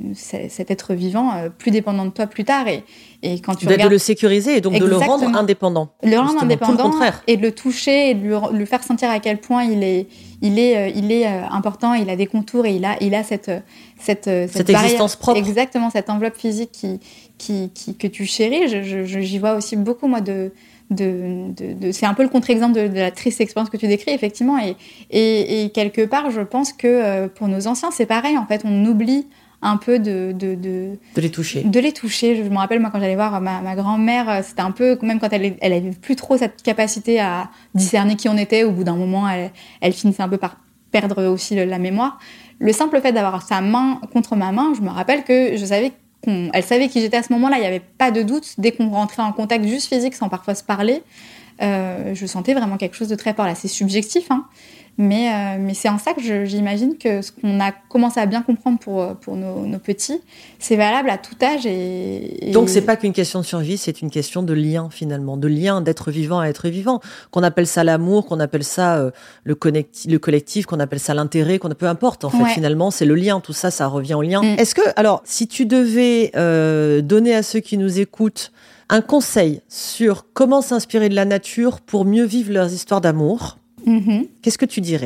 cet être vivant euh, plus dépendant de toi plus tard. Et, et quand tu de, regardes... de le sécuriser et donc Exactement. de le rendre indépendant. Le rendre indépendant et de le toucher et de lui, lui faire sentir à quel point il est... Il est, il est important, il a des contours et il a, il a cette, cette, cette, cette existence propre. Exactement, cette enveloppe physique qui, qui, qui, que tu chéris. Je, je, j'y vois aussi beaucoup, moi, de... De, de, de, c'est un peu le contre-exemple de, de la triste expérience que tu décris, effectivement. Et, et, et quelque part, je pense que euh, pour nos anciens, c'est pareil. En fait, on oublie un peu de... De, de, de les toucher. De les toucher. Je me rappelle, moi, quand j'allais voir ma, ma grand-mère, c'était un peu... Même quand elle elle avait plus trop cette capacité à discerner qui on était, au bout d'un moment, elle, elle finissait un peu par perdre aussi le, la mémoire. Le simple fait d'avoir sa main contre ma main, je me rappelle que je savais... Elle savait qui j'étais à ce moment-là, il n'y avait pas de doute. Dès qu'on rentrait en contact juste physique, sans parfois se parler, euh, je sentais vraiment quelque chose de très fort. Là, c'est subjectif, hein, mais, euh, mais c'est en ça que je, j'imagine que ce qu'on a commencé à bien comprendre pour, pour nos, nos petits, c'est valable à tout âge. Et, et... Donc, c'est pas qu'une question de survie, c'est une question de lien, finalement, de lien d'être vivant à être vivant. Qu'on appelle ça l'amour, qu'on appelle ça euh, le, connecti- le collectif, qu'on appelle ça l'intérêt, qu'on peu importe. En fait, ouais. finalement, c'est le lien. Tout ça, ça revient au lien. Mm. Est-ce que, alors, si tu devais euh, donner à ceux qui nous écoutent un conseil sur comment s'inspirer de la nature pour mieux vivre leurs histoires d'amour, mm-hmm. qu'est-ce que tu dirais ?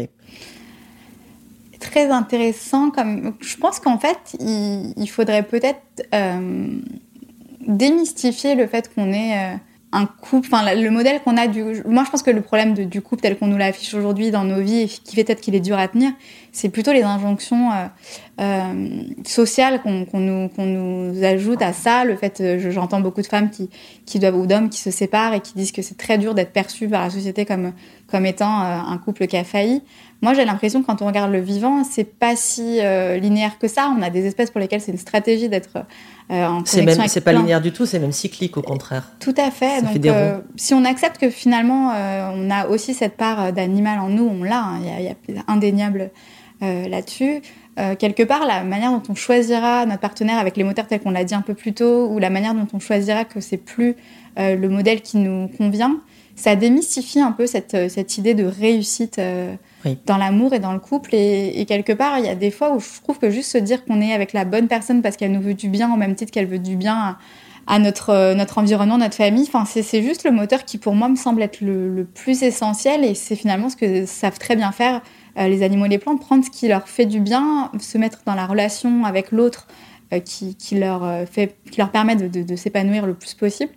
Très intéressant. Comme... Je pense qu'en fait, il, il faudrait peut-être euh, démystifier le fait qu'on est euh, un couple, enfin le modèle qu'on a du... Moi, je pense que le problème de, du couple tel qu'on nous l'affiche aujourd'hui dans nos vies, et qui fait peut-être qu'il est dur à tenir, c'est plutôt les injonctions euh, euh, sociales qu'on, qu'on, nous, qu'on nous ajoute à ça. Le fait, euh, j'entends beaucoup de femmes qui, qui doivent, ou d'hommes qui se séparent et qui disent que c'est très dur d'être perçu par la société comme, comme étant euh, un couple qui a failli. Moi, j'ai l'impression que quand on regarde le vivant, c'est pas si euh, linéaire que ça. On a des espèces pour lesquelles c'est une stratégie d'être euh, en c'est connexion même, avec c'est plein. pas linéaire du tout, c'est même cyclique au contraire. Tout à fait. Ça Donc, fait euh, si on accepte que finalement, euh, on a aussi cette part d'animal en nous, on l'a. Hein, il y a, il y a indéniable euh, là-dessus. Euh, quelque part, la manière dont on choisira notre partenaire avec les moteurs tels qu'on l'a dit un peu plus tôt, ou la manière dont on choisira que c'est plus euh, le modèle qui nous convient, ça démystifie un peu cette, cette idée de réussite euh, oui. dans l'amour et dans le couple. Et, et quelque part, il y a des fois où je trouve que juste se dire qu'on est avec la bonne personne parce qu'elle nous veut du bien, au même titre qu'elle veut du bien à, à notre, notre environnement, notre famille, c'est, c'est juste le moteur qui, pour moi, me semble être le, le plus essentiel. Et c'est finalement ce que savent très bien faire euh, les animaux et les plantes, prendre ce qui leur fait du bien, se mettre dans la relation avec l'autre euh, qui, qui, leur fait, qui leur permet de, de, de s'épanouir le plus possible.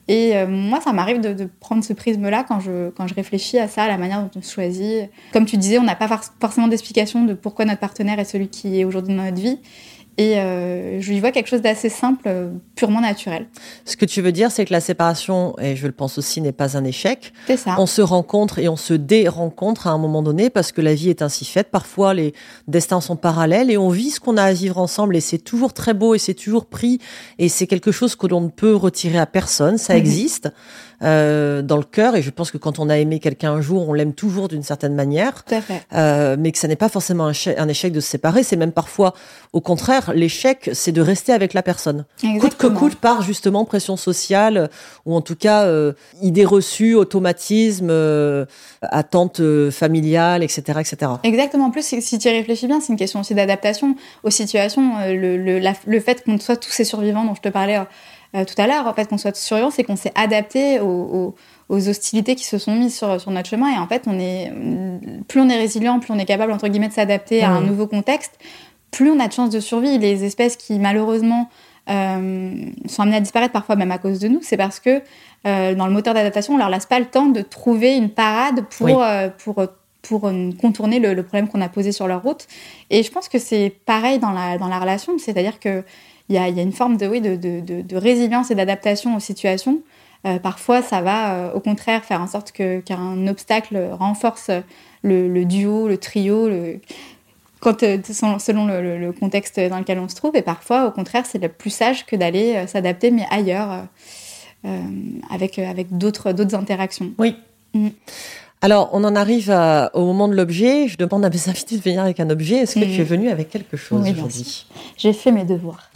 Et euh, moi, ça m'arrive de, de prendre ce prisme-là quand je, quand je réfléchis à ça, à la manière dont on se choisit. Comme tu disais, on n'a pas forcément d'explication de pourquoi notre partenaire est celui qui est aujourd'hui dans notre vie. Et euh, je lui vois quelque chose d'assez simple, euh, purement naturel. Ce que tu veux dire, c'est que la séparation, et je le pense aussi, n'est pas un échec. C'est ça. On se rencontre et on se dé-rencontre à un moment donné parce que la vie est ainsi faite. Parfois, les destins sont parallèles et on vit ce qu'on a à vivre ensemble et c'est toujours très beau et c'est toujours pris et c'est quelque chose que l'on ne peut retirer à personne. Ça mmh. existe euh, dans le cœur et je pense que quand on a aimé quelqu'un un jour, on l'aime toujours d'une certaine manière. Tout à fait. Euh, mais que ça n'est pas forcément un, ch- un échec de se séparer. C'est même parfois, au contraire, l'échec, c'est de rester avec la personne. Exactement. Coûte que coûte, par justement pression sociale, ou en tout cas euh, idées reçues, automatisme, euh, attentes euh, familiales, et cetera, et cetera. Exactement. En plus, si tu y réfléchis bien, c'est une question aussi d'adaptation aux situations. Le, le, la, le fait qu'on soit tous ces survivants dont je te parlais euh, tout à l'heure, en fait, qu'on soit tous survivants, c'est qu'on s'est adapté aux, aux, aux hostilités qui se sont mises sur, sur notre chemin. Et en fait, on est, plus on est résilient, plus on est capable, entre guillemets, de s'adapter mmh. à un nouveau contexte, plus on a de chances de survie. Les espèces qui, malheureusement, euh, sont amenées à disparaître, parfois même à cause de nous, c'est parce que euh, dans le moteur d'adaptation, on leur laisse pas le temps de trouver une parade pour, oui. euh, pour, pour euh, contourner le, le problème qu'on a posé sur leur route. Et je pense que c'est pareil dans la, dans la relation, c'est-à-dire qu'il y a, y a une forme de, oui, de, de, de, de résilience et d'adaptation aux situations. Euh, parfois, ça va euh, au contraire faire en sorte que, qu'un obstacle renforce le, le duo, le trio, le... Quand, euh, selon le, le contexte dans lequel on se trouve. Et parfois, au contraire, c'est le plus sage que d'aller euh, s'adapter, mais ailleurs, euh, euh, avec, euh, avec d'autres, d'autres interactions. Oui. Mmh. Alors, on en arrive à, au moment de l'objet. Je demande à mes invités de venir avec un objet. Est-ce que mmh. tu es venu avec quelque chose oui, aujourd'hui ? J'ai fait mes devoirs.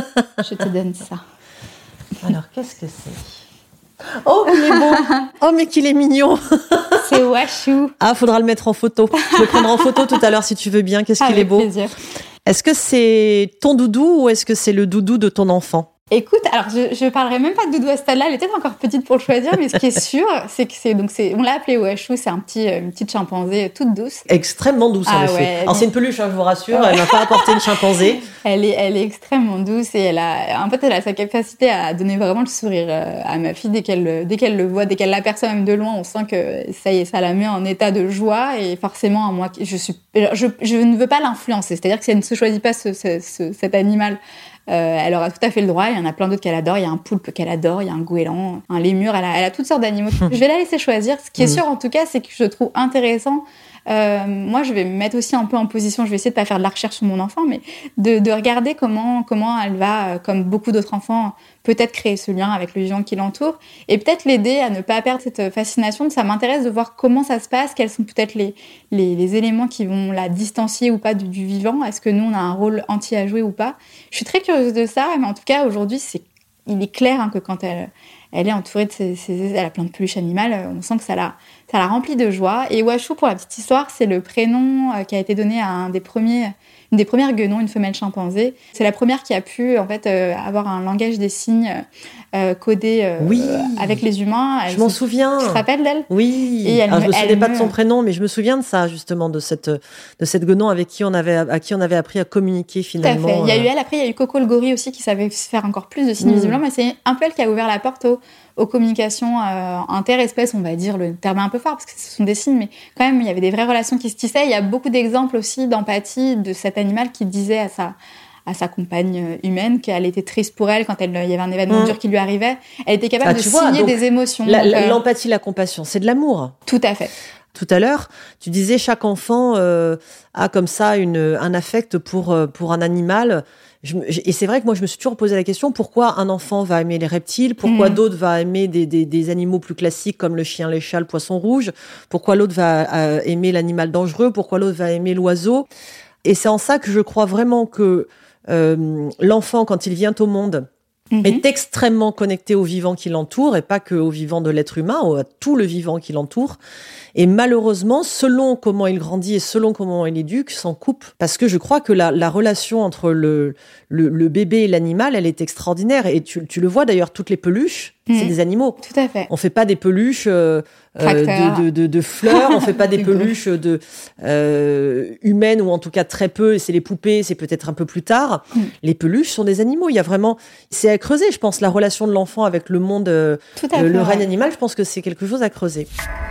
Je te donne ça. Alors, qu'est-ce que c'est ? Oh, il est beau. Oh, mais qu'il est mignon. C'est Washou. Ah, faudra le mettre en photo. Je le prendrai en photo tout à l'heure si tu veux bien. Qu'est-ce qu'il Avec est beau. Plaisir. Est-ce que c'est ton doudou ou est-ce que c'est le doudou de ton enfant ? Écoute, alors je, je parlerai même pas de doudou à ce stade-là, elle est peut-être encore petite pour le choisir, mais ce qui est sûr, c'est que c'est donc c'est, on l'a appelée Washou, c'est un petit, une petite chimpanzé toute douce. Extrêmement douce en ah, effet. Ouais, alors c'est une peluche, hein, je vous rassure, ouais. Elle m'a pas apporté une chimpanzé. Elle est, elle est extrêmement douce et elle a, en fait, elle a sa capacité à donner vraiment le sourire à ma fille dès qu'elle, dès qu'elle le voit, dès qu'elle l'aperçoit même de loin, on sent que ça y est, ça la met en état de joie et forcément, moi, je suis, je, je ne veux pas l'influencer, c'est-à-dire que si elle ne se choisit pas ce, ce, ce, cet animal. Euh, elle aura tout à fait le droit, il y en a plein d'autres qu'elle adore, il y a un poulpe qu'elle adore, il y a un goéland, un lémur, elle a, elle a toutes sortes d'animaux. Je vais la laisser choisir. Ce qui est sûr en tout cas, c'est que je trouve intéressant, euh, moi je vais me mettre aussi un peu en position, je vais essayer de pas faire de la recherche sur mon enfant, mais de, de regarder comment, comment elle va, comme beaucoup d'autres enfants, peut-être créer ce lien avec le vivant qui l'entoure et peut-être l'aider à ne pas perdre cette fascination. Ça m'intéresse de voir comment ça se passe, quels sont peut-être les, les, les éléments qui vont la distancier ou pas du, du vivant. Est-ce que nous, on a un rôle entier à jouer ou pas ? Je suis très curieuse de ça, mais en tout cas, aujourd'hui, c'est, il est clair hein, que quand elle, elle est entourée de ses, ses... Elle a plein de peluches animales, on sent que ça la, ça la remplit de joie. Et Washou, pour la petite histoire, c'est le prénom qui a été donné à un des premiers... une des premières guenons, une femelle chimpanzé. C'est la première qui a pu en fait euh, avoir un langage des signes euh, codé euh, oui. euh, avec les humains. Elle, je m'en souviens. Tu te rappelles d'elle ? Oui. Et elle, Alors, je me souvenais pas me... de son prénom, mais je me souviens de ça justement, de cette de cette guenon avec qui on avait à qui on avait appris à communiquer finalement. Tout à fait. Il y a eu elle. Après, il y a eu Coco le gorille aussi qui savait faire encore plus de signes mmh. visiblement, mais c'est un peu elle qui a ouvert la porte aux, aux communications euh, interespèces, on va dire. Le terme est un peu fort parce que ce sont des signes, mais quand même, il y avait des vraies relations qui se tissaient. Il y a beaucoup d'exemples aussi d'empathie de cet animal qui disait à sa, à sa compagne humaine qu'elle était triste pour elle quand elle, il y avait un événement mmh. dur qui lui arrivait. Elle était capable ah, de vois, signer des émotions. La, donc, la, euh... L'empathie, la compassion, c'est de l'amour. Tout à fait. Tout à l'heure, tu disais chaque enfant euh, a comme ça une, un affect pour, pour un animal. Je, et c'est vrai que moi, je me suis toujours posé la question, pourquoi un enfant va aimer les reptiles ? Pourquoi mmh. d'autres va aimer des, des, des animaux plus classiques comme le chien, les chats, le poisson rouge ? Pourquoi l'autre va euh, aimer l'animal dangereux ? Pourquoi l'autre va aimer l'oiseau ? Et c'est en ça que je crois vraiment que euh, l'enfant, quand il vient au monde, mmh. est extrêmement connecté au vivant qui l'entoure, et pas que au vivant de l'être humain, à tout le vivant qui l'entoure. Et malheureusement, selon comment il grandit et selon comment il éduque, s'en coupe. Parce que je crois que la, la relation entre le, le, le bébé et l'animal, elle est extraordinaire. Et tu, tu le vois d'ailleurs, toutes les peluches, Mmh. C'est des animaux. Tout à fait. On fait pas des peluches euh, de, de, de, de fleurs, on fait pas des peluches de, euh, humaines, ou en tout cas très peu, et c'est les poupées, c'est peut-être un peu plus tard. Mmh. Les peluches sont des animaux. Il y a vraiment... C'est à creuser, je pense, la relation de l'enfant avec le monde, euh, Tout à euh, fait, le règne ouais. animal, je pense que c'est quelque chose à creuser.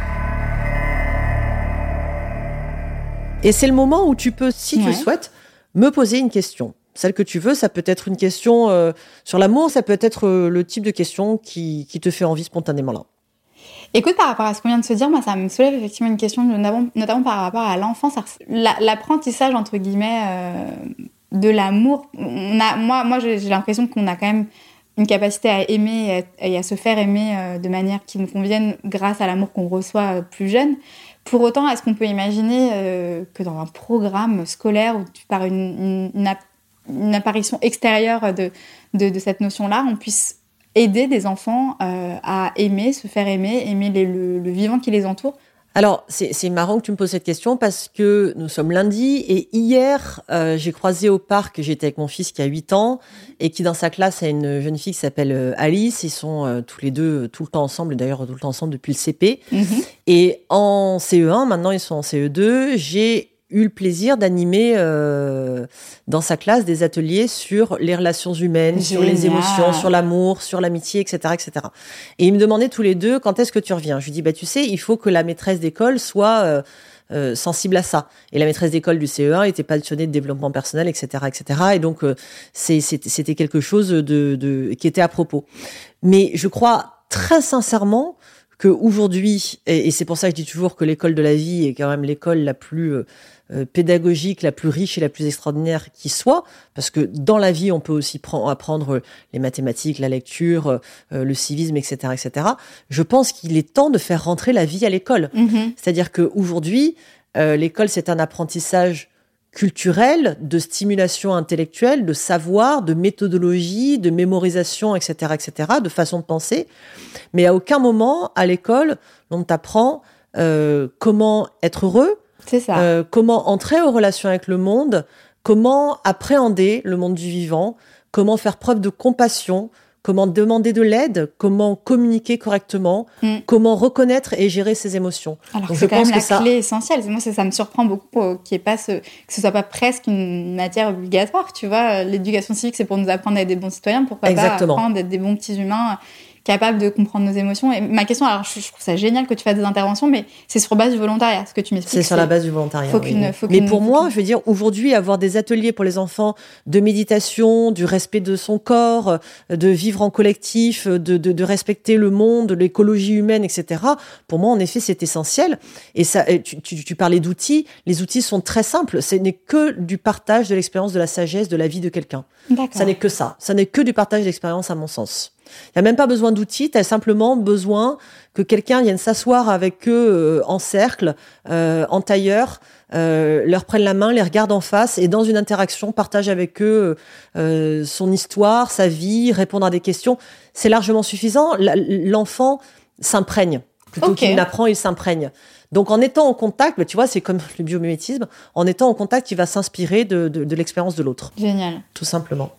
Et c'est le moment où tu peux, si ouais. tu le souhaites, me poser une question. Celle que tu veux, ça peut être une question euh, sur l'amour, ça peut être euh, le type de question qui, qui te fait envie spontanément là. Écoute, par rapport à ce qu'on vient de se dire, moi, ça me soulève effectivement une question, notamment, notamment par rapport à l'enfance, la, l'apprentissage, entre guillemets, euh, de l'amour. On a, moi, moi, j'ai, j'ai l'impression qu'on a quand même une capacité à aimer et à, et à se faire aimer euh, de manière qui nous convienne grâce à l'amour qu'on reçoit euh, plus jeune. Pour autant, est-ce qu'on peut imaginer euh, que dans un programme scolaire où tu pars une, une, une, app- une apparition extérieure de, de, de cette notion-là, on puisse aider des enfants euh, à aimer, se faire aimer, aimer les, le, le vivant qui les entoure? Alors, c'est, c'est marrant que tu me poses cette question parce que nous sommes lundi et hier, euh, j'ai croisé au parc, j'étais avec mon fils qui a huit ans et qui dans sa classe a une jeune fille qui s'appelle Alice. Ils sont euh, tous les deux tout le temps ensemble, d'ailleurs tout le temps ensemble depuis le C P. Mm-hmm. Et en C E un, maintenant ils sont en C E deux, j'ai eu le plaisir d'animer euh, dans sa classe des ateliers sur les relations humaines, Génial. Sur les émotions, sur l'amour, sur l'amitié, et cetera, et cetera. Et ils me demandaient tous les deux, quand est-ce que tu reviens ? Je lui dis, bah tu sais, il faut que la maîtresse d'école soit euh, euh, sensible à ça. Et la maîtresse d'école du C E un était passionnée de développement personnel, et cetera, et cetera. Et donc, euh, c'est, c'était, c'était quelque chose de, de, qui était à propos. Mais je crois très sincèrement qu'aujourd'hui, et, et c'est pour ça que je dis toujours que l'école de la vie est quand même l'école la plus euh, euh, pédagogique, la plus riche et la plus extraordinaire qui soit, parce que dans la vie, on peut aussi prendre, apprendre les mathématiques, la lecture, euh, le civisme, et cetera, et cetera. Je pense qu'il est temps de faire rentrer la vie à l'école. Mm-hmm. C'est-à-dire qu'aujourd'hui, euh, l'école, c'est un apprentissage culturel, de stimulation intellectuelle, de savoir, de méthodologie, de mémorisation, et cetera, et cetera, de façon de penser. Mais à aucun moment, à l'école, on t'apprend euh, comment être heureux, c'est ça. Euh, comment entrer en relation avec le monde, comment appréhender le monde du vivant, comment faire preuve de compassion, comment demander de l'aide, comment communiquer correctement, mm. comment reconnaître et gérer ses émotions. Alors Donc, c'est je quand pense même la que ça... clé essentielle. Moi, ça, ça me surprend beaucoup euh, qu'il y ait pas ce... que ce soit pas presque une matière obligatoire. Tu vois, l'éducation civique, c'est pour nous apprendre à être des bons citoyens. Pourquoi Exactement. pas apprendre à être des bons petits humains capables de comprendre nos émotions. Et ma question, alors je, je trouve ça génial que tu fasses des interventions, mais c'est sur base du volontariat, ce que tu m'expliques. C'est sur c'est... la base du volontariat. Faut oui. qu'une, faut mais qu'une, pour faut moi, qu'une... je veux dire, aujourd'hui, avoir des ateliers pour les enfants de méditation, du respect de son corps, de vivre en collectif, de, de, de respecter le monde, l'écologie humaine, et cetera. Pour moi, en effet, c'est essentiel. Et ça, tu, tu, tu parlais d'outils. Les outils sont très simples. Ce n'est que du partage de l'expérience, de la sagesse, de la vie de quelqu'un. D'accord. Ça n'est que ça. Ça n'est que du partage d'expérience, à mon sens. Il n'y a même pas besoin d'outils, tu as simplement besoin que quelqu'un vienne s'asseoir avec eux euh, en cercle, euh, en tailleur, euh, leur prenne la main, les regarde en face et dans une interaction, partage avec eux euh, son histoire, sa vie, répondre à des questions. C'est largement suffisant. La, l'enfant s'imprègne. Plutôt okay. qu'il n'apprend, il s'imprègne. Donc en étant en contact, bah, tu vois, c'est comme le biomimétisme, en étant en contact, il va s'inspirer de, de, de l'expérience de l'autre. Génial. Tout simplement.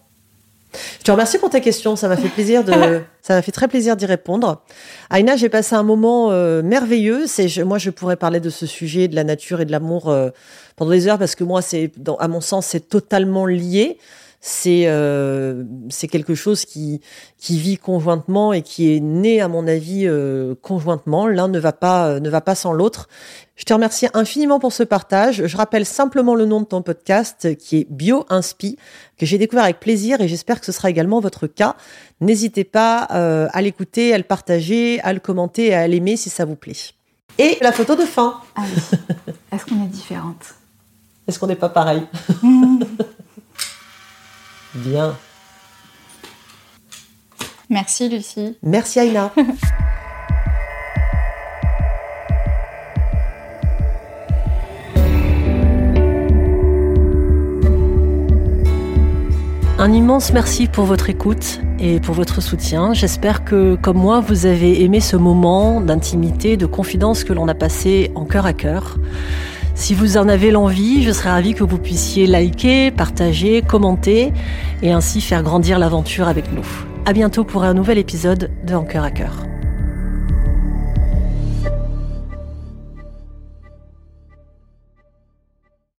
Je te remercie pour ta question, ça m'a fait plaisir de, ça m'a fait très plaisir d'y répondre. Aïna, j'ai passé un moment euh, merveilleux. C'est, je, moi, je pourrais parler de ce sujet, de la nature et de l'amour euh, pendant des heures parce que moi, c'est, dans, à mon sens, c'est totalement lié. C'est, euh, c'est quelque chose qui, qui vit conjointement et qui est né, à mon avis, euh, conjointement. L'un ne va pas, euh, ne va pas sans l'autre. Je te remercie infiniment pour ce partage. Je rappelle simplement le nom de ton podcast qui est Bio-Inspi, que j'ai découvert avec plaisir et j'espère que ce sera également votre cas. N'hésitez pas euh, à l'écouter, à le partager, à le commenter et à l'aimer si ça vous plaît. Et la photo de fin. Ah oui. Est-ce qu'on est différentes ? Est-ce qu'on n'est pas pareil ? Bien. Merci Lucie. Merci Aïna. Un immense merci pour votre écoute et pour votre soutien. J'espère que, comme moi, vous avez aimé ce moment d'intimité, de confidence que l'on a passé en cœur à cœur. Si vous en avez l'envie, je serais ravie que vous puissiez liker, partager, commenter et ainsi faire grandir l'aventure avec nous. À bientôt pour un nouvel épisode de En Cœur à Cœur.